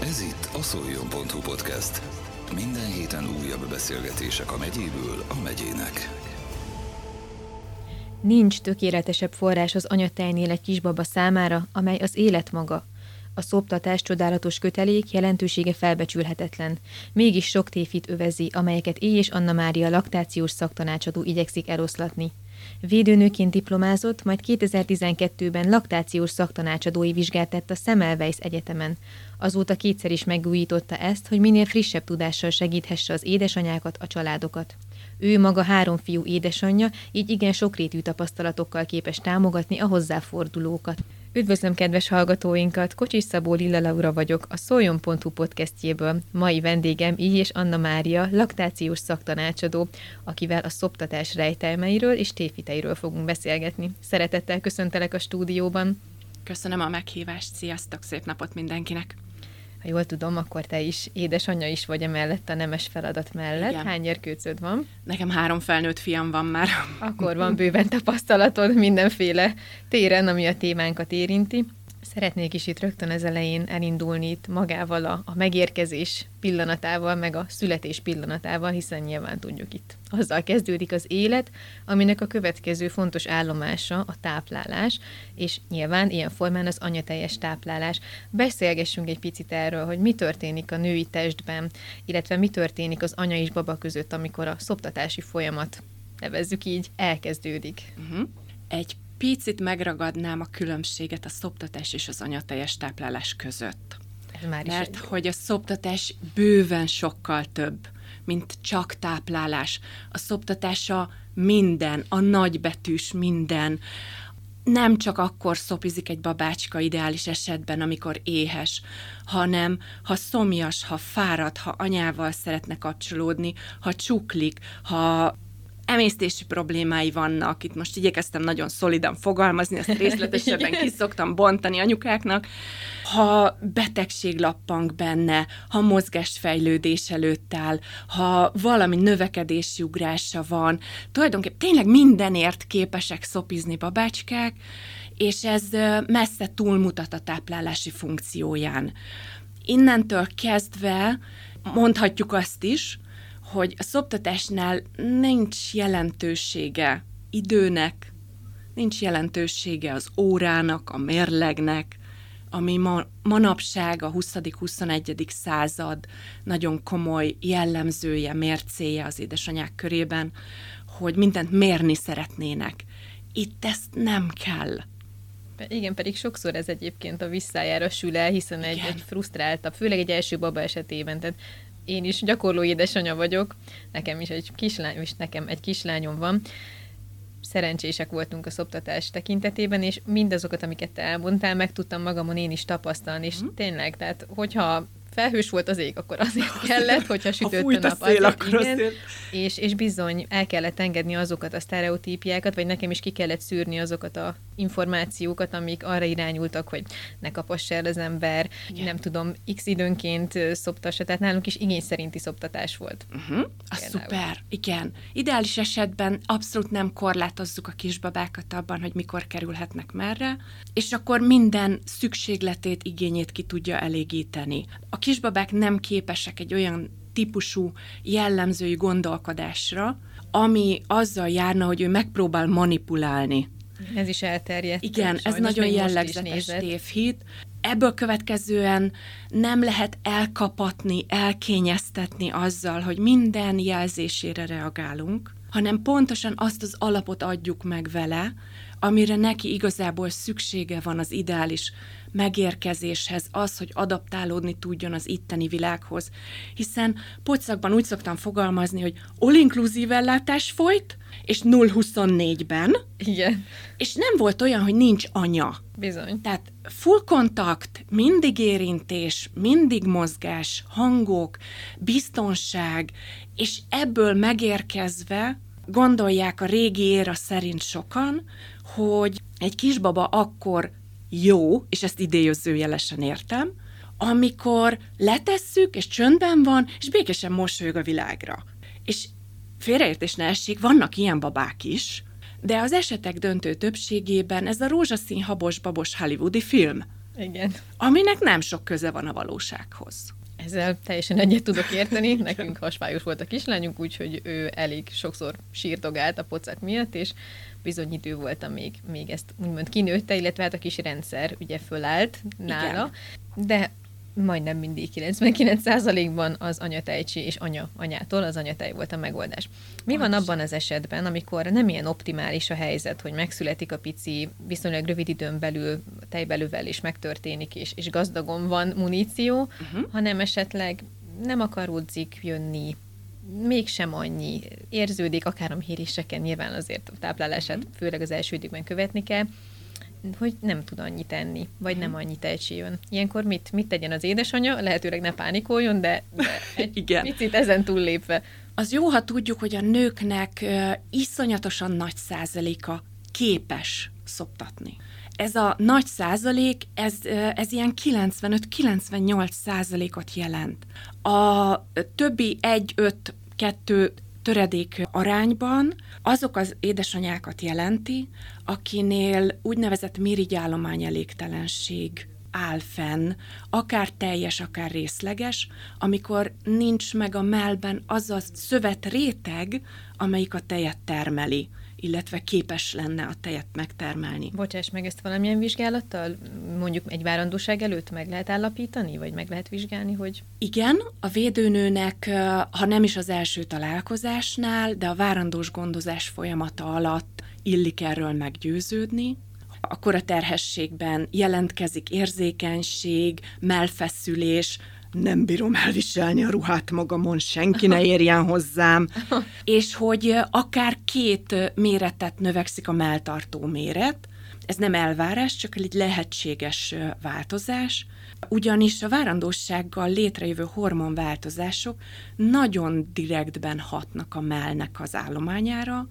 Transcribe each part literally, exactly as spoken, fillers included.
Ez itt a szóljon pont hu podcast. Minden héten újabb beszélgetések a megyéből a megyének. Nincs tökéletesebb forrás az anyatejnél egy kisbaba számára, amely az élet maga. A szoptatás csodálatos kötelék, jelentősége felbecsülhetetlen. Mégis sok tévhit övezi, amelyeket Éj és Anna Mária laktációs szaktanácsadó igyekszik eloszlatni. Védőnőként diplomázott, majd kétezer-tizenkettőben laktációs szaktanácsadói vizsgát tett a Semmelweis Egyetemen. Azóta kétszer is megújította ezt, hogy minél frissebb tudással segíthesse az édesanyákat, a családokat. Ő maga három fiú édesanyja, így igen sokrétű tapasztalatokkal képes támogatni a hozzáfordulókat. Üdvözlöm kedves hallgatóinkat, Kocsis Szabó Lilla Laura vagyok, a szóljon pont hu podcastjéből. Mai vendégem Éj és Anna Mária, laktációs szaktanácsadó, akivel a szoptatás rejtelmeiről és tévhiteiről fogunk beszélgetni. Szeretettel köszöntelek a stúdióban. Köszönöm a meghívást, sziasztok, szép napot mindenkinek! Ha jól tudom, akkor te is édesanyja is vagy emellett a nemes feladat mellett. Igen. Hány gyerkőcöd van? Nekem három felnőtt fiam van már. Akkor van bőven tapasztalatod mindenféle téren, ami a témánkat érinti. Szeretnék is itt rögtön az elején elindulni itt magával a, a megérkezés pillanatával, meg a születés pillanatával, hiszen nyilván tudjuk itt. Azzal kezdődik az élet, aminek a következő fontos állomása a táplálás, és nyilván ilyen formán az anyatejes táplálás. Beszélgessünk egy picit erről, hogy mi történik a női testben, illetve mi történik az anya és baba között, amikor a szoptatási folyamat, nevezzük így, elkezdődik. Uh-huh. Egy picit megragadnám a különbséget a szoptatás és az anyatejes táplálás között. Ez már is Mert egy... hogy a szoptatás bőven sokkal több, mint csak táplálás. A szoptatása minden, a nagybetűs minden. Nem csak akkor szopizik egy babácska ideális esetben, amikor éhes, hanem ha szomjas, ha fáradt, ha anyával szeretne kapcsolódni, ha csuklik, ha emésztési problémái vannak, itt most igyekeztem nagyon szolidan fogalmazni, ezt részletesebben ki szoktam bontani anyukáknak, ha betegség lappang benne, ha mozgásfejlődés előtt áll, ha valami növekedési ugrása van, tulajdonképpen tényleg mindenért képesek szopizni babácskák, és ez messze túlmutat a táplálási funkcióján. Innentől kezdve mondhatjuk azt is, hogy a szoptatásnál nincs jelentősége időnek, nincs jelentősége az órának, a mérlegnek, ami ma, manapság a huszadik-huszonegyedik század nagyon komoly jellemzője, mércéje az édesanyák körében, hogy mindent mérni szeretnének. Itt ezt nem kell. Igen, pedig sokszor ez egyébként a visszájára sül el, hiszen egy, egy frusztráltabb, főleg egy első baba esetében, tehát én is gyakorló édesanyja vagyok, nekem is egy kislány, és nekem egy kislányom van. Szerencsések voltunk a szoptatás tekintetében, és mindazokat, amiket te elmondtál, meg tudtam magamon én is tapasztalni, és hmm. tényleg, tehát hogyha felhős volt az ég, akkor azért kellett, hogyha sütött a nap, szél, azért, akkor igen, azért. És, és bizony el kellett engedni azokat a sztereotípiákat, vagy nekem is ki kellett szűrni azokat a információkat, amik arra irányultak, hogy ne kapass el az ember, igen. Nem tudom, x időnként szoptassa, tehát nálunk is igény szerinti szoptatás volt. Uh-huh. A szuper, igen. Ideális esetben abszolút nem korlátozzuk a kisbabákat abban, hogy mikor kerülhetnek merre, és akkor minden szükségletét, igényét ki tudja elégíteni. A kisbabák nem képesek egy olyan típusú jellemzői gondolkodásra, ami azzal járna, hogy ő megpróbál manipulálni. Ez is elterjedt. Igen, ez nagyon jellegzetes tévhit. Ebből következően nem lehet elkapatni, elkényeztetni azzal, hogy minden jelzésére reagálunk, hanem pontosan azt az alapot adjuk meg vele, amire neki igazából szüksége van az ideális megérkezéshez, az, hogy adaptálódni tudjon az itteni világhoz. Hiszen pocakban úgy szoktam fogalmazni, hogy all-inclusive ellátás folyt, és nulla huszonnégyben, igen. És nem volt olyan, hogy nincs anya. Bizony. Tehát full kontakt, mindig érintés, mindig mozgás, hangok, biztonság, és ebből megérkezve gondolják a régi éra szerint sokan, hogy egy kisbaba akkor jó, és ezt idézőjelesen értem, amikor letesszük, és csöndben van, és békésen mosolyog a világra. És félreértés ne essék, vannak ilyen babák is, de az esetek döntő többségében ez a rózsaszín habos-babos hollywoodi film. Igen. Aminek nem sok köze van a valósághoz. Ezzel teljesen egyet tudok érteni. Nekünk hasfájos volt a kislányunk, úgyhogy ő elég sokszor sírdogált a pocak miatt, és bizony idő volt, amíg még ezt úgymond kinőtte, illetve hát a kis rendszer ugye fölállt nála. Igen. De majdnem mindig kilencvenkilenc százalékban az anyatejcsi és anya anyától az anyatej volt a megoldás. Mi van abban az esetben, amikor nem ilyen optimális a helyzet, hogy megszületik a pici, viszonylag rövid időn belül tejbelővelés megtörténik, és, és gazdagon van muníció, uh-huh. hanem esetleg nem akaródzik jönni, mégsem annyi, érződik, akár a méréseken nyilván azért a táplálását uh-huh. főleg az első időkben követni kell, hogy nem tud annyit enni, vagy nem annyit tejcsi jön. Ilyenkor mit, mit tegyen az édesanyja? Lehetőleg ne pánikoljon, de, de egy Igen. picit ezen túllépve. Az jó, ha tudjuk, hogy a nőknek uh, iszonyatosan nagy százaléka képes szoptatni. Ez a nagy százalék, ez, uh, ez ilyen kilencvenöt-kilencvennyolc százalékot jelent. A többi egy-öt-kettő töredék arányban azok az édesanyákat jelenti, akinél úgynevezett mirigyállomány elégtelenség áll fenn, akár teljes, akár részleges, amikor nincs meg a mellben az a szövetréteg, amelyik a tejet termeli, illetve képes lenne a tejet megtermelni. Bocsáss meg, ezt valamilyen vizsgálattal, mondjuk egy várandóság előtt meg lehet állapítani, vagy meg lehet vizsgálni, hogy... Igen, a védőnőnek, ha nem is az első találkozásnál, de a várandós gondozás folyamata alatt illik erről meggyőződni. Akkor a terhességben jelentkezik érzékenység, mellfeszülés, nem bírom elviselni a ruhát magamon, senki ne érjen hozzám, és hogy akár két méretet növekszik a melltartó méret, ez nem elvárás, csak egy lehetséges változás, ugyanis a várandósággal létrejövő hormonváltozások nagyon direktben hatnak a mellnek az állományára,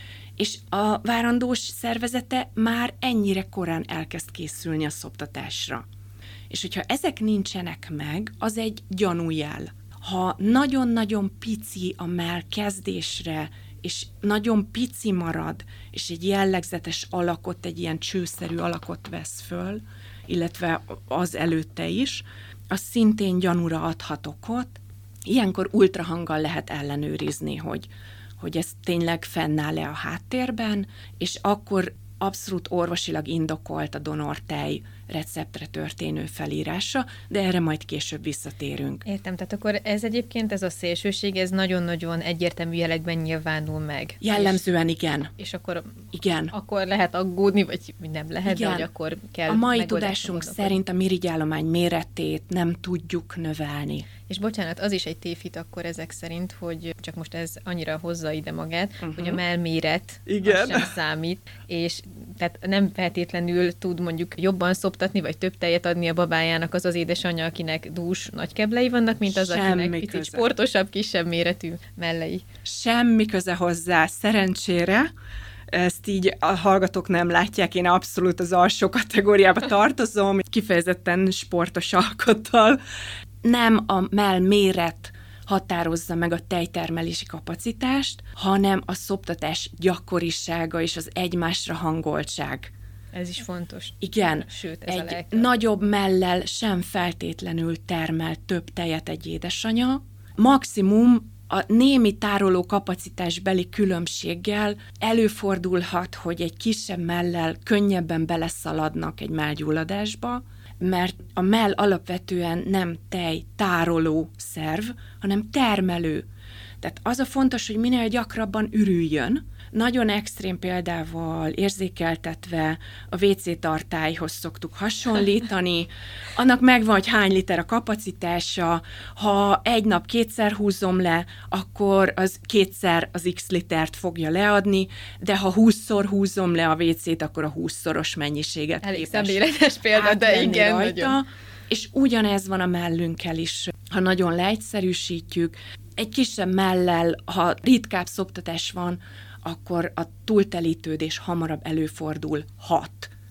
és a várandós szervezete már ennyire korán elkezd készülni a szoptatásra. És hogyha ezek nincsenek meg, az egy gyanújel. Ha nagyon-nagyon pici a mell kezdésre, és nagyon pici marad, és egy jellegzetes alakot, egy ilyen csőszerű alakot vesz föl, illetve az előtte is, az szintén gyanúra adhat okot. Ilyenkor ultrahanggal lehet ellenőrizni, hogy, hogy ez tényleg fennáll-e a háttérben, és akkor abszolút orvosilag indokolt a donortej receptre történő felírása, de erre majd később visszatérünk. Értem, tehát akkor ez egyébként, ez a szélsőség, ez nagyon-nagyon egyértelmű jelekben nyilvánul meg. Jellemzően igen. És akkor, igen. akkor lehet aggódni, vagy nem lehet, igen. de hogy akkor kell. A mai tudásunk szerint a mirigyállomány méretét nem tudjuk növelni. És bocsánat, az is egy tévhit akkor ezek szerint, hogy csak most ez annyira hozza ide magát, uh-huh. hogy a mellméret az sem számít, és tehát nem feltétlenül tud mondjuk jobban szoptatni, vagy több tejet adni a babájának az az édesanyja, akinek dús nagy keblei vannak, mint az, Semmi akinek picit köze. sportosabb, kisebb méretű mellei. Semmi köze hozzá, szerencsére. Ezt így a hallgatók nem látják, én abszolút az alsó kategóriába tartozom, kifejezetten sportos alkottal. Nem a mell méret határozza meg a tejtermelési kapacitást, hanem a szoptatás gyakorisága és az egymásra hangoltság. Ez is fontos. Igen. Sőt, ez egy a legtöbb. Nagyobb mellel sem feltétlenül termel több tejet egy édesanya. Maximum a némi tároló kapacitásbeli különbséggel előfordulhat, hogy egy kisebb mellel könnyebben beleszaladnak egy mellgyulladásba, mert a mell alapvetően nem tej tároló szerv, hanem termelő. Tehát az a fontos, hogy minél gyakrabban ürüljön. Nagyon extrém példával érzékeltetve a vé cé tartályhoz szoktuk hasonlítani. Annak megvan, hogy hány liter a kapacitása. Ha egy nap kétszer húzom le, akkor az kétszer az x litert fogja leadni, de ha húszszor húzom le a vé cét, akkor a húszszoros mennyiséget Elég szemléletes példa, de igen, rajta. Nagyon. És ugyanez van a mellünkkel is, ha nagyon leegyszerűsítjük. Egy kisebb mellel, ha ritkább szoptatás van, akkor a túltelítődés hamarabb előfordul hat.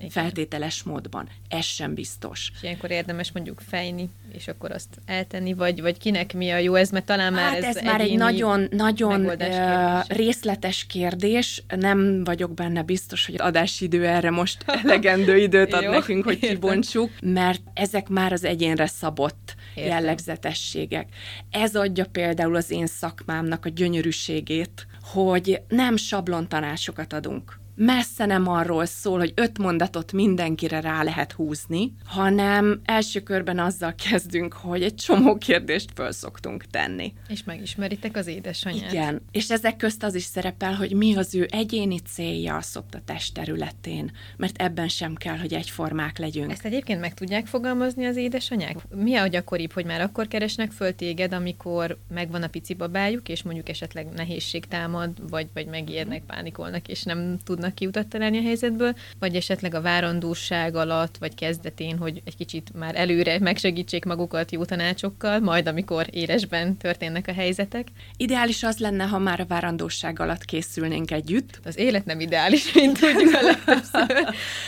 feltételes módban. Ez sem biztos. És ilyenkor érdemes mondjuk fejni, és akkor azt eltenni, vagy, vagy kinek mi a jó, ez mert talán már hát ez, ez már egy nagyon, nagyon részletes kérdés. Nem vagyok benne biztos, hogy adásidő erre most elegendő időt ad nekünk, hogy kibontsuk, mert ezek már az egyénre szabott Értem. jellegzetességek. Ez adja például az én szakmámnak a gyönyörűségét, hogy nem sablontanácsokat adunk. Messze nem arról szól, hogy öt mondatot mindenkire rá lehet húzni, hanem első körben azzal kezdünk, hogy egy csomó kérdést föl szoktunk tenni. És megismeritek az édesanyját. Igen, és ezek közt az is szerepel, hogy mi az ő egyéni célja a szoptatás területén, mert ebben sem kell, hogy egyformák legyünk. Ezt egyébként meg tudják fogalmazni az édesanyák? Mi a gyakoribb, hogy már akkor keresnek föl téged, amikor megvan a pici babájuk, és mondjuk esetleg nehézség támad, vagy, vagy megijednek, pánikolnak, és nem tudnak kiutat találni a helyzetből, vagy esetleg a várandóság alatt, vagy kezdetén, hogy egy kicsit már előre megsegítsék magukat jó tanácsokkal, majd amikor élesben történnek a helyzetek. Ideális az lenne, ha már a várandóság alatt készülnénk együtt. Az élet nem ideális, mint tudjuk a legtöbbször.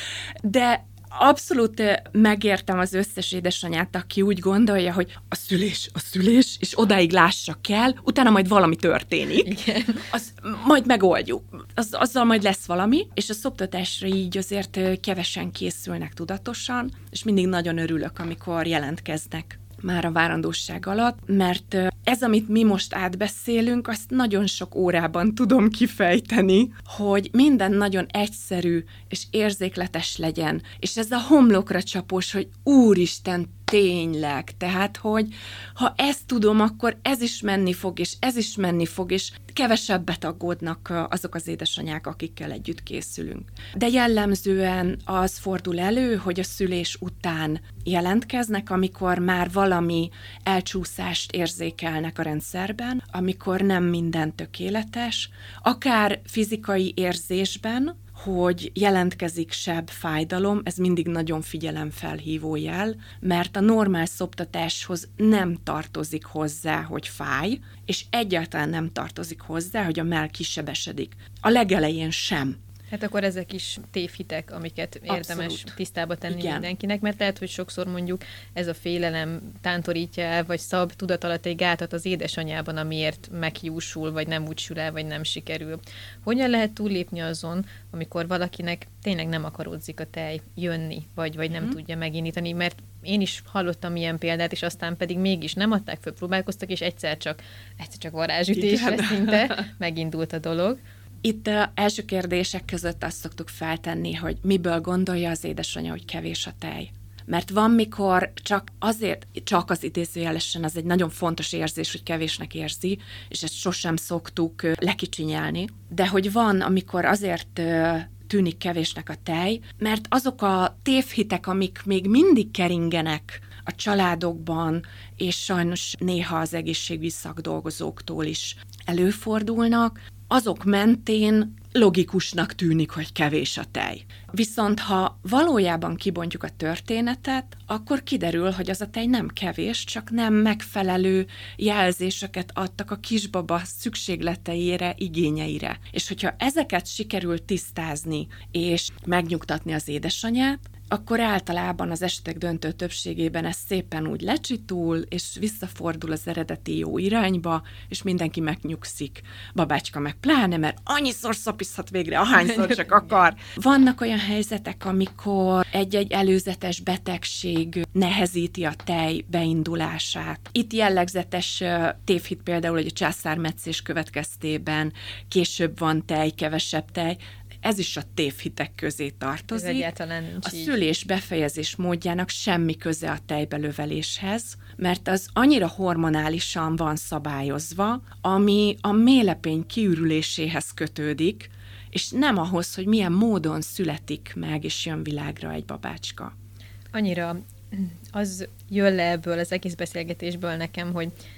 De abszolút megértem az összes édesanyát, aki úgy gondolja, hogy a szülés, a szülés, és odáig lássa kell, utána majd valami történik. Igen. Az, majd megoldjuk. Az, azzal majd lesz valami, és a szoptatásra így azért kevesen készülnek tudatosan, és mindig nagyon örülök, amikor jelentkeznek már a várandóság alatt, mert ez, amit mi most átbeszélünk, azt nagyon sok órában tudom kifejteni, hogy minden nagyon egyszerű és érzékletes legyen, és ez a homlokra csapós, hogy úristen, tényleg, tehát, hogy ha ezt tudom, akkor ez is menni fog, és ez is menni fog, és kevesebbet aggódnak azok az édesanyák, akikkel együtt készülünk. De jellemzően az fordul elő, hogy a szülés után jelentkeznek, amikor már valami elcsúszást érzékelnek a rendszerben, amikor nem minden tökéletes, akár fizikai érzésben, hogy jelentkezik sebb fájdalom, ez mindig nagyon figyelemfelhívó jel, mert a normál szoptatáshoz nem tartozik hozzá, hogy fáj, és egyáltalán nem tartozik hozzá, hogy a mell kisebesedik. A legelején sem. Hát akkor ezek is tévhitek, amiket érdemes Abszolút. tisztába tenni Igen. mindenkinek, mert lehet, hogy sokszor mondjuk ez a félelem tántorítja el, vagy szab tudat alatt egy gátat az édesanyjában, amiért meghiúsul, vagy nem úgy sül el, vagy nem sikerül. Hogyan lehet túllépni azon, amikor valakinek tényleg nem akaródzik a tej jönni, vagy, vagy nem hmm. tudja megindítani, mert én is hallottam ilyen példát, és aztán pedig mégis nem adták föl, próbálkoztak, és egyszer csak, egyszer csak varázsütésre Igen. szinte megindult a dolog. Itt uh, első kérdések között azt szoktuk feltenni, hogy miből gondolja az édesanyja, hogy kevés a tej. Mert van, mikor csak azért, csak az idézőjelesen, az egy nagyon fontos érzés, hogy kevésnek érzi, és ezt sosem szoktuk uh, lekicsinyelni, de hogy van, amikor azért uh, tűnik kevésnek a tej, mert azok a tévhitek, amik még mindig keringenek a családokban, és sajnos néha az egészségügyi szakdolgozóktól is előfordulnak, azok mentén logikusnak tűnik, hogy kevés a tej. Viszont ha valójában kibontjuk a történetet, akkor kiderül, hogy az a tej nem kevés, csak nem megfelelő jelzéseket adtak a kisbaba szükségleteire, igényeire. És hogyha ezeket sikerül tisztázni és megnyugtatni az édesanyját, akkor általában az esetek döntő többségében ez szépen úgy lecsitul, és visszafordul az eredeti jó irányba, és mindenki megnyugszik. Babácska meg pláne, mert annyiszor szopizhat végre, ahányszor csak akar. Vannak olyan helyzetek, amikor egy-egy előzetes betegség nehezíti a tej beindulását. Itt jellegzetes tévhit például, hogy a császármetszés következtében később van tej, kevesebb tej. Ez is a tévhitek közé tartozik. Ez egyáltalán nincs A így. szülés befejezés módjának semmi köze a tejbelöveléshez, mert az annyira hormonálisan van szabályozva, ami a méhlepény kiürüléséhez kötődik, és nem ahhoz, hogy milyen módon születik meg és jön világra egy babácska. Annyira az jön le ebből az egész beszélgetésből nekem, hogy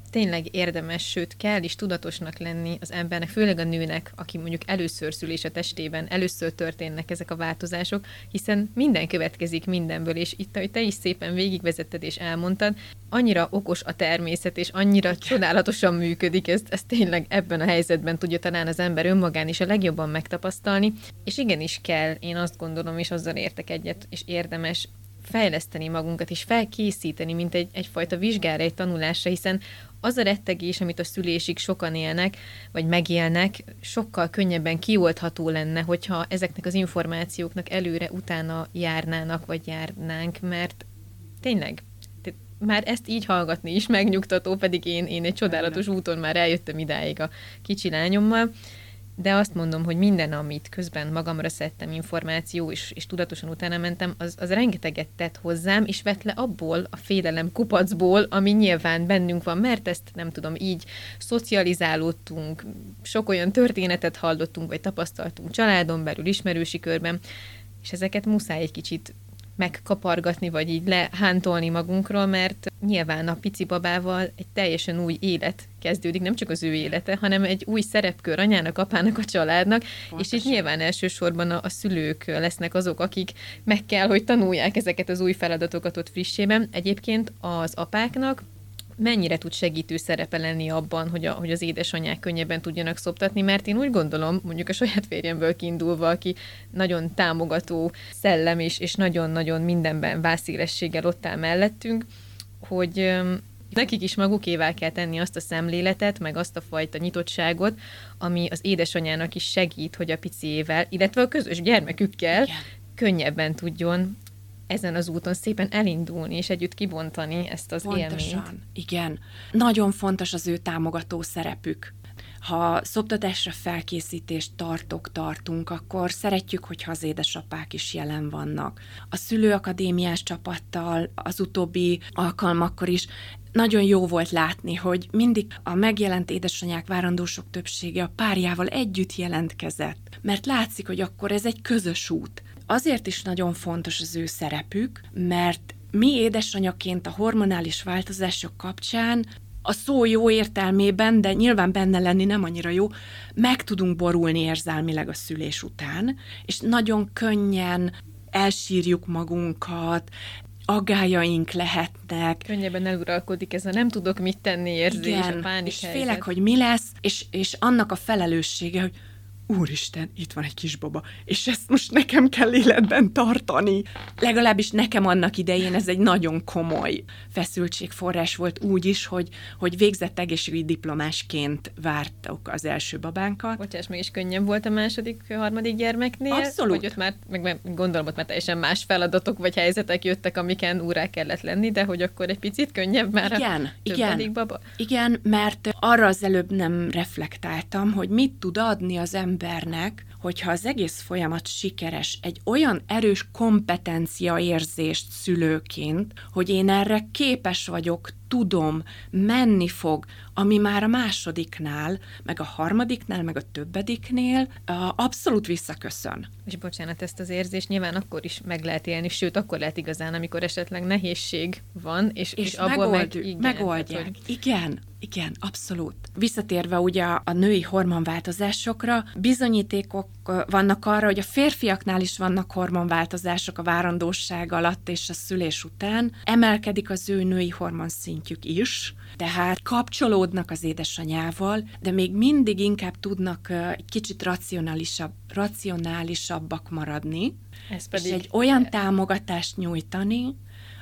tényleg érdemes, sőt kell is tudatosnak lenni az embernek, főleg a nőnek, aki mondjuk először szülés a testében, először történnek ezek a változások, hiszen minden következik mindenből, és itt, ahogy te is szépen végigvezetted és elmondtad, annyira okos a természet, és annyira csodálatosan működik, ezt, ezt tényleg ebben a helyzetben tudja talán az ember önmagán is a legjobban megtapasztalni, és igenis kell, én azt gondolom, és azzal értek egyet, és érdemes fejleszteni magunkat, és felkészíteni, mint egy, egyfajta vizsgára, egy tanulásra, hiszen az a rettegés, amit a szülésig sokan élnek, vagy megélnek, sokkal könnyebben kioldható lenne, hogyha ezeknek az információknak előre, utána járnának, vagy járnánk, mert tényleg, már ezt így hallgatni is megnyugtató, pedig én, én egy csodálatos úton már eljöttem idáig a kicsi lányommal, de azt mondom, hogy minden, amit közben magamra szedtem információ, és, és tudatosan utána mentem, az, az rengeteget tett hozzám, és vett le abból a félelem kupacból, ami nyilván bennünk van, mert ezt nem tudom, így szocializálódtunk, sok olyan történetet hallottunk, vagy tapasztaltunk családon belül, ismerősi körben, és ezeket muszáj egy kicsit megkapargatni, vagy így lehántolni magunkról, mert nyilván a pici babával egy teljesen új élet kezdődik, nem csak az ő élete, hanem egy új szerepkör anyának, apának, a családnak, pontosan. És itt nyilván elsősorban a, a szülők lesznek azok, akik meg kell, hogy tanulják ezeket az új feladatokat ott frissében. Egyébként az apáknak mennyire tud segítő szerepe lenni abban, hogy, a, hogy az édesanyák könnyebben tudjanak szoptatni, mert én úgy gondolom, mondjuk a saját férjemből kiindulva, aki nagyon támogató szellem, és, és nagyon-nagyon mindenben vászélességgel ott áll mellettünk, hogy nekik is magukévá kell tenni azt a szemléletet, meg azt a fajta nyitottságot, ami az édesanyának is segít, hogy a piciével, illetve a közös gyermekükkel igen. könnyebben tudjon ezen az úton szépen elindulni, és együtt kibontani ezt az Pontosan. élményt. Igen. Nagyon fontos az ő támogató szerepük. Ha szoptatásra felkészítést tartok, tartunk, akkor szeretjük, hogyha az édesapák is jelen vannak. A szülőakadémiás csapattal az utóbbi alkalmakkor is nagyon jó volt látni, hogy mindig a megjelent édesanyák, várandósok többsége a párjával együtt jelentkezett, mert látszik, hogy akkor ez egy közös út. Azért is nagyon fontos az ő szerepük, mert mi édesanyaként a hormonális változások kapcsán a szó jó értelmében, de nyilván benne lenni nem annyira jó, meg tudunk borulni érzelmileg a szülés után, és nagyon könnyen elsírjuk magunkat, agályaink lehetnek. Könnyebben eluralkodik ez a nem tudok mit tenni érzés, igen, a pánik és helyzet. félek, hogy mi lesz, és, és annak a felelőssége, hogy úristen, itt van egy kisbaba, és ezt most nekem kell életben tartani. Legalábbis nekem annak idején ez egy nagyon komoly feszültségforrás volt úgy is, hogy, hogy végzett egészségügyi diplomásként vártuk az első babánkat. Bocsáss meg, és könnyebb volt a második, harmadik gyermeknél? Abszolút. Hogy ott már, meg gondolom, ott már teljesen más feladatok vagy helyzetek jöttek, amiken úrá kellett lenni, de hogy akkor egy picit könnyebb már igen, a igen, többedik baba? Igen, mert arra az előbb nem reflektáltam, hogy mit tud adni az ember embernek, hogyha az egész folyamat sikeres, egy olyan erős kompetenciaérzést szülőként, hogy én erre képes vagyok, tudom, menni fog, ami már a másodiknál, meg a harmadiknál, meg a többediknél abszolút visszaköszön. És bocsánat, ezt az érzést nyilván akkor is meg lehet élni, sőt, akkor lehet igazán, amikor esetleg nehézség van, és, és, és abból megold, meg, igen, megoldják. Tehát, hogy... Igen, igen, abszolút. Visszatérve ugye a női hormonváltozásokra, bizonyítékok vannak arra, hogy a férfiaknál is vannak hormonváltozások a várandóság alatt és a szülés után. Emelkedik az ő női hormonszintjük is, tehát kapcsolódnak az édesanyával, de még mindig inkább tudnak egy kicsit racionálisabb, racionálisabbak maradni, Ez pedig... és egy olyan támogatást nyújtani,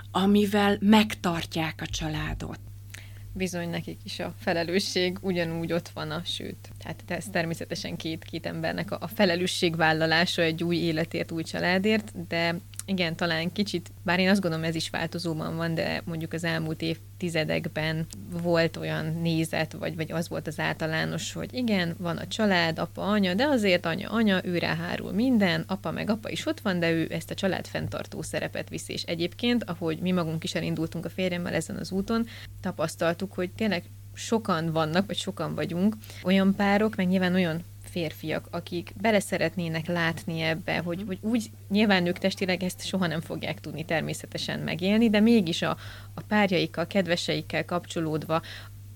amivel megtartják a családot. Bizony nekik is a felelősség ugyanúgy ott van, a, sőt, tehát ez természetesen két, két embernek a, a felelősségvállalása egy új életért, új családért, de igen, talán kicsit, bár én azt gondolom, ez is változóban van, de mondjuk az elmúlt évtizedekben volt olyan nézet, vagy, vagy az volt az általános, hogy igen, van a család, apa, anya, de azért anya, anya, őre hárul minden, apa meg apa is ott van, de ő ezt a család fenntartó szerepet viszi. És egyébként, ahogy mi magunk is elindultunk a férjemmel ezen az úton, tapasztaltuk, hogy tényleg sokan vannak, vagy sokan vagyunk, olyan párok, meg nyilván olyan férfiak, akik bele szeretnének látni ebbe, hogy, hogy úgy nyilván nők testileg ezt soha nem fogják tudni természetesen megélni, de mégis a, a párjaikkal, kedveseikkel kapcsolódva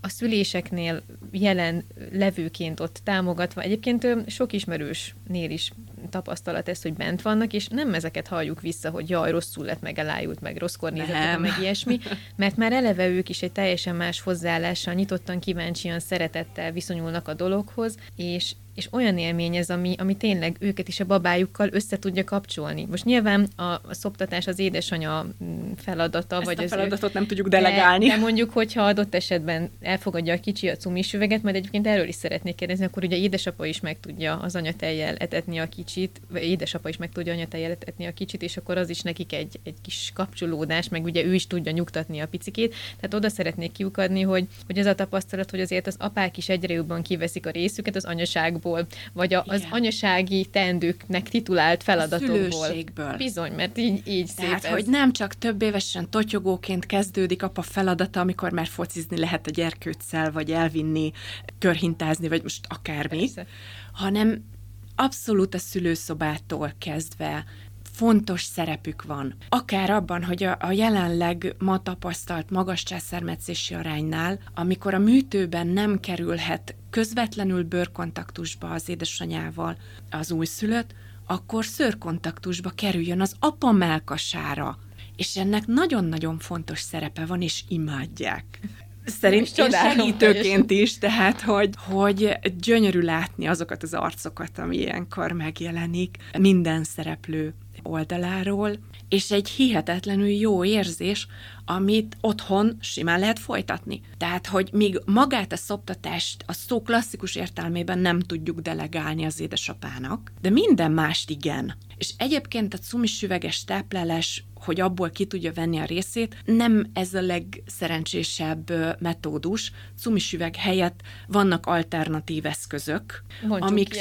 a szüléseknél jelen levőként ott támogatva. Egyébként ö, sok ismerősnél is tapasztalat ez, hogy bent vannak, és nem ezeket halljuk vissza, hogy jaj, rosszul lett, meg elájult, meg rosszkor nézettek, meg ilyesmi, mert már eleve ők is egy teljesen más hozzáállással, nyitottan, kíváncsian, szeretettel viszonyulnak a dologhoz, és és olyan élmény ez, ami, ami tényleg őket is a babájukkal össze tudja kapcsolni. Most nyilván a, a szoptatás az édesanya feladata. Ezt vagy a az feladatot ő, nem tudjuk delegálni. De, de mondjuk, hogyha adott esetben elfogadja a kicsi a cumis üveget, majd egyébként erről is szeretnék kérdezni, akkor ugye édesapa is meg tudja az anyatejjel etetni a kicsit, vagy édesapa is meg tudja anyatejjel etetni a kicsit, és akkor az is nekik egy, egy kis kapcsolódás, meg ugye ő is tudja nyugtatni a picikét. Tehát oda szeretnék kiukadni, hogy, hogy ez a tapasztalat, hogy azért az apák is egyre jobban kiveszik a részüket az anyaságból, vagy a, az anyasági teendőknek titulált feladatokból. Bizony, mert így, így szép Tehát, ez. hogy nem csak több évesen totyogóként kezdődik apa feladata, amikor már focizni lehet a gyerkőccel, vagy elvinni, körhintázni, vagy most akármi, Persze. hanem abszolút a szülőszobától kezdve fontos szerepük van. Akár abban, hogy a, a jelenleg ma tapasztalt magas császármetszési aránynál, amikor a műtőben nem kerülhet közvetlenül bőrkontaktusba az édesanyával az újszülött, akkor szőrkontaktusba kerüljön az apa melkasára. És ennek nagyon-nagyon fontos szerepe van, és imádják. Szerintem segítőként is, tehát, hogy, hogy gyönyörű látni azokat az arcokat, ami ilyenkor megjelenik minden szereplő oldaláról, és egy hihetetlenül jó érzés, amit otthon simán lehet folytatni. Tehát, hogy míg magát a szoptatást a szó klasszikus értelmében nem tudjuk delegálni az édesapának, de minden mást igen. És egyébként a cumis üveges táplálás, hogy abból ki tudja venni a részét, nem ez a legszerencsésebb metódus. Cumis üveg helyett vannak alternatív eszközök, Mondjuk amik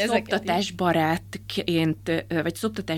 szoptatásbarátként, vagy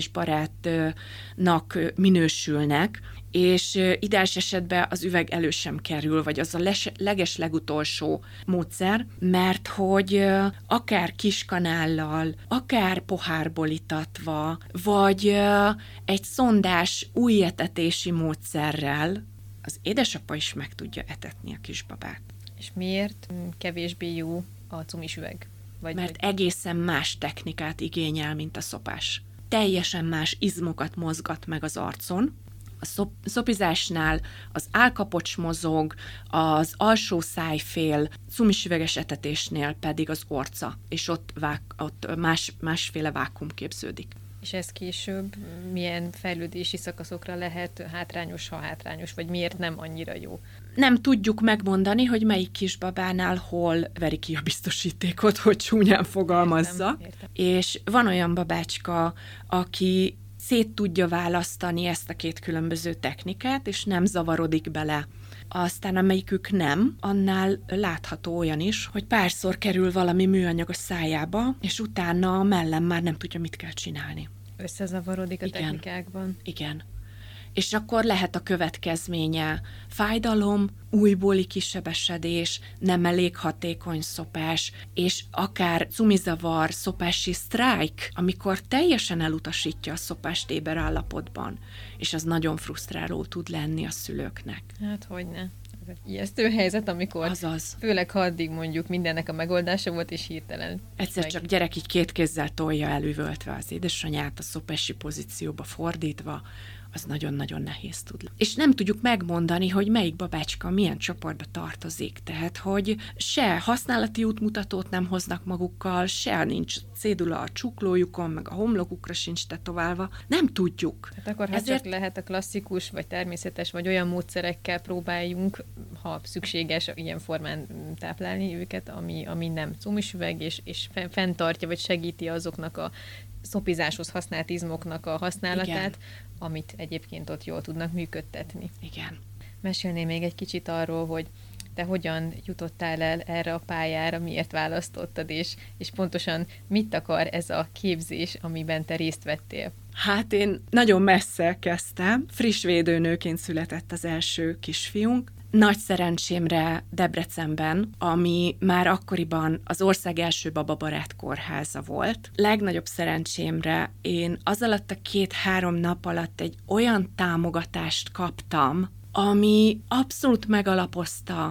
szoptatásbarátnak minősülnek, és ideális esetben az üveg elő sem kerül, vagy az a les, leges legutolsó módszer, mert hogy akár kiskanállal, akár pohárból itatva, vagy egy szondás új etetési módszerrel az édesapa is meg tudja etetni a kisbabát. És miért kevésbé jó a cumis üveg? Vagy mert vagy... egészen más technikát igényel, mint a szopás. Teljesen más izmokat mozgat meg az arcon. A szop, szopizásnál az állkapocs mozog, az alsó szájfél, cumisüveges etetésnél pedig az orca, és ott, vák, ott más, másféle vákum képződik. És ez később milyen fejlődési szakaszokra lehet hátrányos, ha hátrányos, vagy miért nem annyira jó? Nem tudjuk megmondani, hogy melyik kisbabánál hol veri ki a biztosítékot, hogy csúnyán fogalmazza. Értem, értem. És van olyan babácska, aki szét tudja választani ezt a két különböző technikát, és nem zavarodik bele. Aztán amelyikük nem, annál látható olyan is, hogy párszor kerül valami műanyag a szájába, és utána a mellem már nem tudja, mit kell csinálni. Összezavarodik a Igen. technikákban. Igen. És akkor lehet a következménye fájdalom, újbóli kisebesedés, nem elég hatékony szopás, és akár cumizavar, szopási sztrájk, amikor teljesen elutasítja a szopást éber állapotban, és az nagyon frusztráló tud lenni a szülőknek. Hát hogyne. Ez egy ijesztő helyzet, amikor Azaz. főleg ha addig mondjuk mindennek a megoldása volt, és hirtelen. Egyszer meg... csak gyerek így két kézzel tolja elüvöltve az édesanyját, a szopási pozícióba fordítva, az nagyon-nagyon nehéz tud lenni. És nem tudjuk megmondani, hogy melyik babácska milyen csoportba tartozik. Tehát, hogy se használati útmutatót nem hoznak magukkal, se nincs cédula a csuklójukon, meg a homlokukra sincs tetoválva. Nem tudjuk. Hát akkor, ha Ezért... csak lehet a klasszikus, vagy természetes, vagy olyan módszerekkel próbáljunk, ha szükséges, ilyen formán táplálni őket, ami, ami nem cumisüveg, és, és fenntartja, vagy segíti azoknak a szopizáshoz használt izmoknak a használatát, Igen. amit egyébként ott jól tudnak működtetni. Igen. Mesélnél még egy kicsit arról, hogy te hogyan jutottál el erre a pályára, miért választottad, és, és pontosan mit akar ez a képzés, amiben te részt vettél? Hát én nagyon messze kezdtem. Friss védőnőként született az első kisfiunk. Nagy szerencsémre Debrecenben, ami már akkoriban az ország első bababarát kórháza volt. Legnagyobb szerencsémre én az alatt a két-három nap alatt egy olyan támogatást kaptam, ami abszolút megalapozta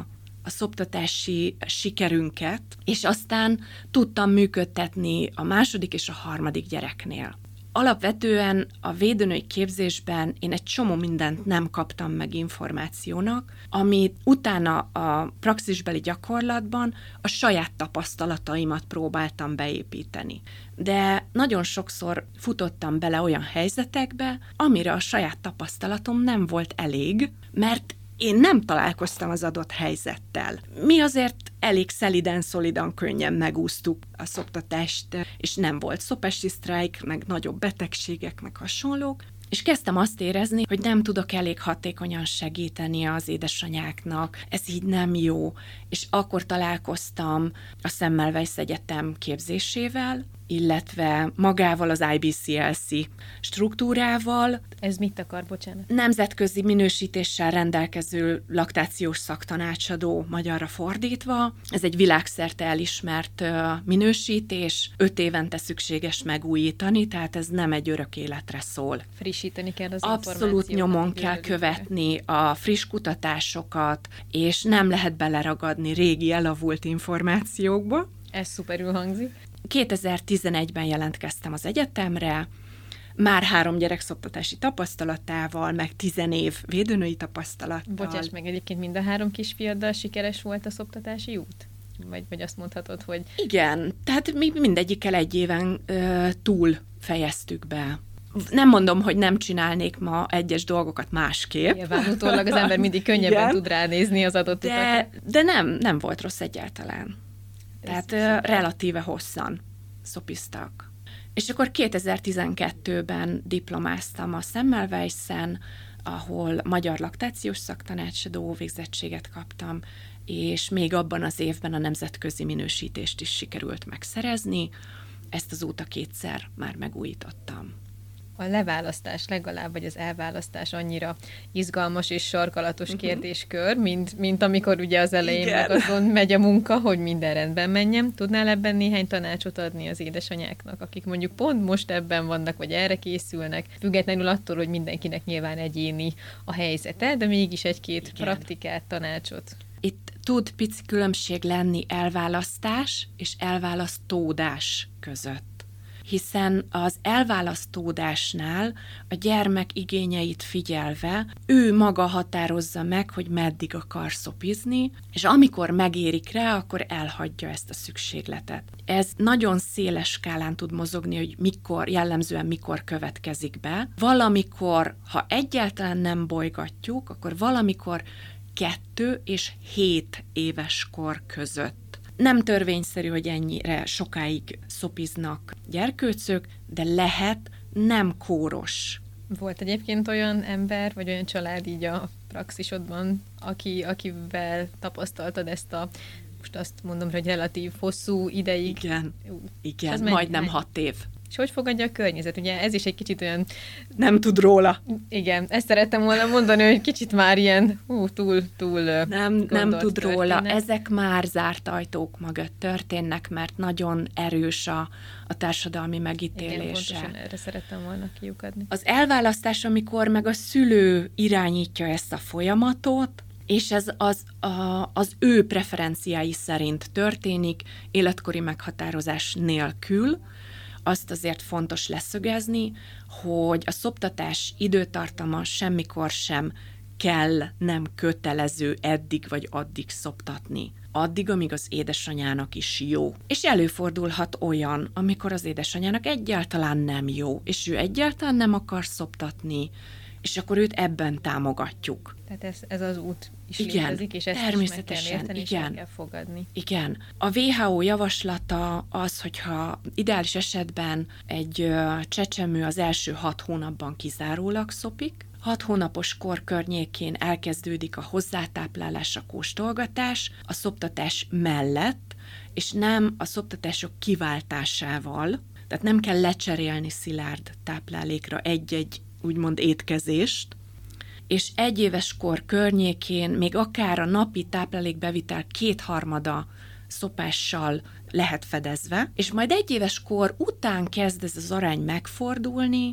a szoptatási sikerünket, és aztán tudtam működtetni a második és a harmadik gyereknél. Alapvetően a védőnői képzésben én egy csomó mindent nem kaptam meg információnak, amit utána a praxisbeli gyakorlatban a saját tapasztalataimat próbáltam beépíteni. De nagyon sokszor futottam bele olyan helyzetekbe, amire a saját tapasztalatom nem volt elég, mert én nem találkoztam az adott helyzettel. Mi azért elég szeliden, szolidan, könnyen megúsztuk a szoptatást, és nem volt szopesi sztrájk, meg nagyobb betegségek, meg hasonlók, és kezdtem azt érezni, hogy nem tudok elég hatékonyan segíteni az édesanyáknak, ez így nem jó, és akkor találkoztam a Semmelweis Egyetem képzésével, illetve magával az I B C L C struktúrával. Ez mit akar, bocsánat? Nemzetközi minősítéssel rendelkező laktációs szaktanácsadó, magyarra fordítva. Ez egy világszerte elismert minősítés, öt évente szükséges megújítani, tehát ez nem egy örök életre szól. Frissíteni kell az Abszolút nyomon kell követni a friss kutatásokat, és nem lehet beleragadni régi elavult információkba. Ez szuperül hangzik. kétezer-tizenegyben jelentkeztem az egyetemre, már három gyerekszoptatási tapasztalatával, meg tizen év védőnői tapasztalattal. Bocsáss meg, egyébként mind a három kisfiaddal sikeres volt a szoptatási út? Vagy, vagy azt mondhatod, hogy... Igen, tehát mi mindegyikkel egy éven ö, túl fejeztük be. Nem mondom, hogy nem csinálnék ma egyes dolgokat másképp. Nyilván utólag az ember mindig könnyebben Igen. tud ránézni az adott de, utat. de nem, nem volt rossz egyáltalán. Tehát ö, relatíve hosszan szopiztak. És akkor kétezer-tizenkettőben diplomáztam a Semmelweisen, ahol magyar laktációs szaktanácsadó végzettséget kaptam, és még abban az évben a nemzetközi minősítést is sikerült megszerezni. Ezt azóta kétszer már megújítottam. A leválasztás legalább, vagy az elválasztás annyira izgalmas és sarkalatos uh-huh. kérdéskör, mint, mint amikor ugye az elején Igen. meg azon megy a munka, hogy minden rendben menjen. Tudnál ebben néhány tanácsot adni az édesanyáknak, akik mondjuk pont most ebben vannak, vagy erre készülnek, függetlenül attól, hogy mindenkinek nyilván egyéni a helyzete, de mégis egy-két Igen. praktikát, tanácsot. Itt tud pici különbség lenni elválasztás és elválasztódás között. Hiszen az elválasztódásnál a gyermek igényeit figyelve ő maga határozza meg, hogy meddig akar szopizni, és amikor megérik rá, akkor elhagyja ezt a szükségletet. Ez nagyon széles skálán tud mozogni, hogy mikor, jellemzően mikor következik be. Valamikor, ha egyáltalán nem bolygatjuk, akkor valamikor kettő és hét éves kor között. Nem törvényszerű, hogy ennyire sokáig szopiznak gyerkőcök, de lehet nem kóros. Volt egyébként olyan ember, vagy olyan család így a praxisodban, aki, akivel tapasztaltad ezt a, most azt mondom, hogy relatív hosszú ideig. Igen, igen, mennyi, majdnem mennyi? hat év. És hogy fogadja a környezet? Ugye ez is egy kicsit olyan... Nem tud róla. Igen, ezt szerettem volna mondani, hogy kicsit már ilyen hú, túl, túl Nem, nem tud történet. róla. Ezek már zárt ajtók mögött történnek, mert nagyon erős a, a társadalmi megítélése. Igen, pontosan erre szerettem volna kiukadni. Az elválasztás, amikor meg a szülő irányítja ezt a folyamatot, és ez az, a, az ő preferenciái szerint történik, életkori meghatározás nélkül, azt azért fontos leszögezni, hogy a szoptatás időtartama semmikor sem kell, nem kötelező eddig vagy addig szoptatni. Addig, amíg az édesanyának is jó. És előfordulhat olyan, amikor az édesanyának egyáltalán nem jó, és ő egyáltalán nem akar szoptatni, és akkor őt ebben támogatjuk. Tehát ez, ez az út is igen, létezik, és ezt természetesen, is meg kell érteni, igen. és meg kell fogadni. Igen. A vé há ó javaslata az, hogyha ideális esetben egy ö, csecsemő az első hat hónapban kizárólag szopik, hat hónapos kor környékén elkezdődik a hozzátáplálás, a kóstolgatás, a szoptatás mellett, és nem a szoptatások kiváltásával, tehát nem kell lecserélni szilárd táplálékra egy-egy úgymond étkezést, és egy éves kor környékén még akár a napi táplálékbevitel kétharmada szopással lehet fedezve, és majd egy éves kor után kezd ez az arány megfordulni,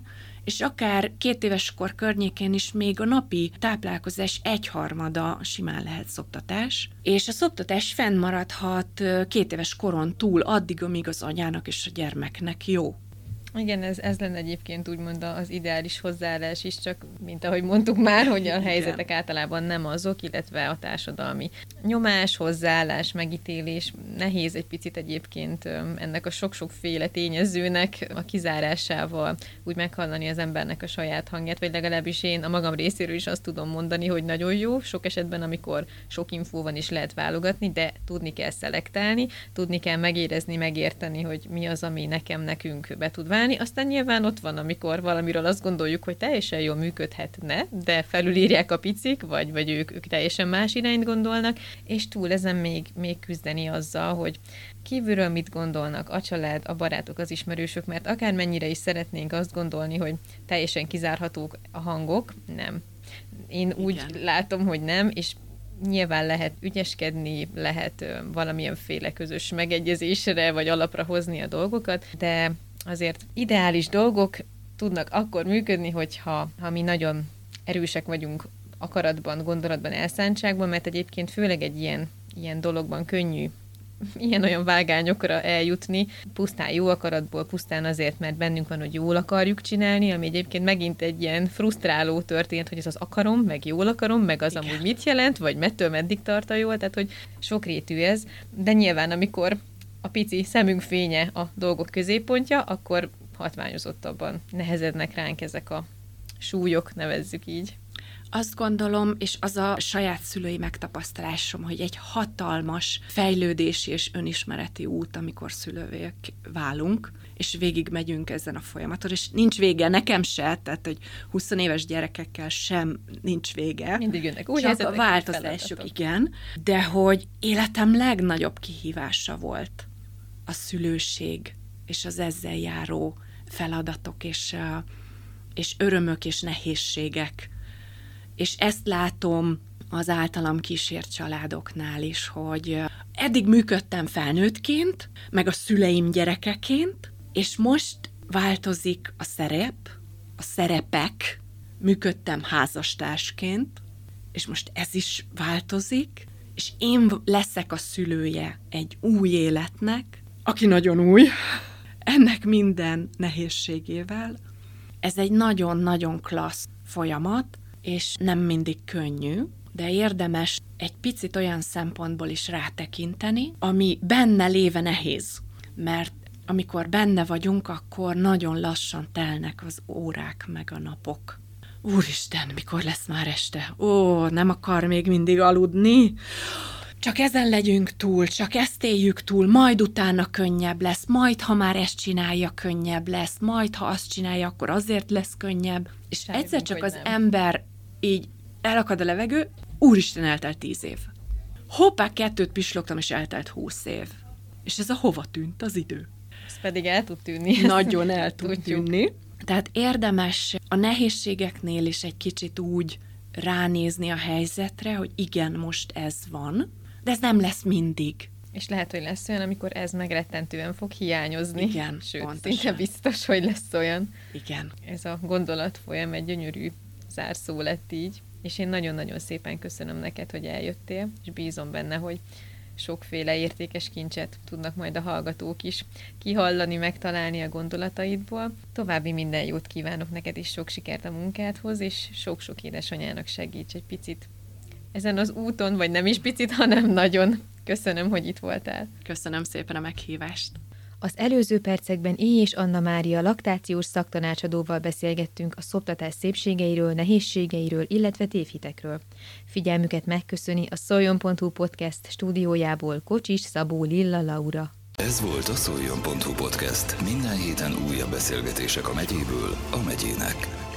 és akár két éves kor környékén is még a napi táplálkozás egyharmada simán lehet szoptatás, és a szoptatás fennmaradhat két éves koron túl addig, amíg az anyának és a gyermeknek jó. Igen, ez, ez lenne egyébként úgymond az ideális hozzáállás is, csak mint ahogy mondtuk már, hogy a helyzetek Igen. általában nem azok, illetve a társadalmi nyomás, hozzáállás, megítélés. Nehéz egy picit egyébként ennek a sok-sokféle tényezőnek a kizárásával úgy meghallani az embernek a saját hangját, vagy legalábbis én a magam részéről is azt tudom mondani, hogy nagyon jó, sok esetben, amikor sok infó van is lehet válogatni, de tudni kell szelektálni, tudni kell megérezni, megérteni, hogy mi az, ami nekem, nekünk be tud válni. Aztán nyilván ott van, amikor valamiről azt gondoljuk, hogy teljesen jól működhetne, de felülírják a picik, vagy, vagy ők, ők teljesen más irányt gondolnak, és túl ezen még, még küzdeni azzal, hogy kívülről mit gondolnak a család, a barátok, az ismerősök, mert akármennyire is szeretnénk azt gondolni, hogy teljesen kizárhatók a hangok, nem. Én úgy Igen. látom, hogy nem, és nyilván lehet ügyeskedni, lehet valamilyenféle közös megegyezésre, vagy alapra hozni a dolgokat, de azért ideális dolgok tudnak akkor működni, hogyha ha mi nagyon erősek vagyunk akaratban, gondolatban, elszántságban, mert egyébként főleg egy ilyen, ilyen dologban könnyű ilyen-olyan vágányokra eljutni, pusztán jó akaratból, pusztán azért, mert bennünk van, hogy jól akarjuk csinálni, ami egyébként megint egy ilyen frusztráló történet, hogy ez az akarom, meg jól akarom, meg az Igen. amúgy mit jelent, vagy mettől meddig tart a jól, tehát hogy sokrétű ez, de nyilván amikor a pici szemünk fénye a dolgok középpontja, akkor hatványozottabban nehezednek ránk ezek a súlyok, nevezzük így. Azt gondolom, és az a saját szülői megtapasztalásom, hogy egy hatalmas fejlődési és önismereti út, amikor szülővé válunk, és végig megyünk ezen a folyamaton, és nincs vége, nekem se, tehát hogy húsz éves gyerekekkel sem nincs vége. Mindig jönnek új csak a változások, igen, de hogy életem legnagyobb kihívása volt a szülőség, és az ezzel járó feladatok, és, és örömök, és nehézségek. És ezt látom az általam kísért családoknál is, hogy eddig működtem felnőttként, meg a szüleim gyerekeként, és most változik a szerep, a szerepek, működtem házastársként, és most ez is változik, és én leszek a szülője egy új életnek, aki nagyon új, ennek minden nehézségével. Ez egy nagyon-nagyon klassz folyamat, és nem mindig könnyű, de érdemes egy picit olyan szempontból is rátekinteni, ami benne léve nehéz, mert amikor benne vagyunk, akkor nagyon lassan telnek az órák meg a napok. Úristen, mikor lesz már este? Ó, nem akar még mindig aludni? Csak ezen legyünk túl, csak ezt éljük túl, majd utána könnyebb lesz, majd ha már ezt csinálja, könnyebb lesz, majd ha azt csinálja, akkor azért lesz könnyebb. És Sárjunk, egyszer csak az nem. ember így elakad a levegő, úristen, eltelt tíz év. Hoppá, kettőt pislogtam, és eltelt húsz év. És ez a hova tűnt az idő? Ez pedig el tud tűnni. Nagyon el tud tűnni. Tehát érdemes a nehézségeknél is egy kicsit úgy ránézni a helyzetre, hogy igen, most ez van, de ez nem lesz mindig. És lehet, hogy lesz olyan, amikor ez megrettentően fog hiányozni. Igen, Sőt, pontosan. szinte biztos, hogy lesz olyan. Igen. Ez a gondolatfolyam egy gyönyörű zárszó lett így. És én nagyon-nagyon szépen köszönöm neked, hogy eljöttél, és bízom benne, hogy sokféle értékes kincset tudnak majd a hallgatók is kihallani, megtalálni a gondolataidból. További minden jót kívánok neked, és sok sikert a munkádhoz, és sok-sok édesanyának segíts egy picit ezen az úton, vagy nem is picit, hanem nagyon. Köszönöm, hogy itt voltál. Köszönöm szépen a meghívást. Az előző percekben Éj és Anna Mária laktációs szaktanácsadóval beszélgettünk a szoptatás szépségeiről, nehézségeiről, illetve tévhitekről. Figyelmüket megköszöni a szoljon pont hu podcast stúdiójából Kocsis Szabó Lilla Laura. Ez volt a szoljon pont hu podcast. Minden héten újabb beszélgetések a megyéből a megyének.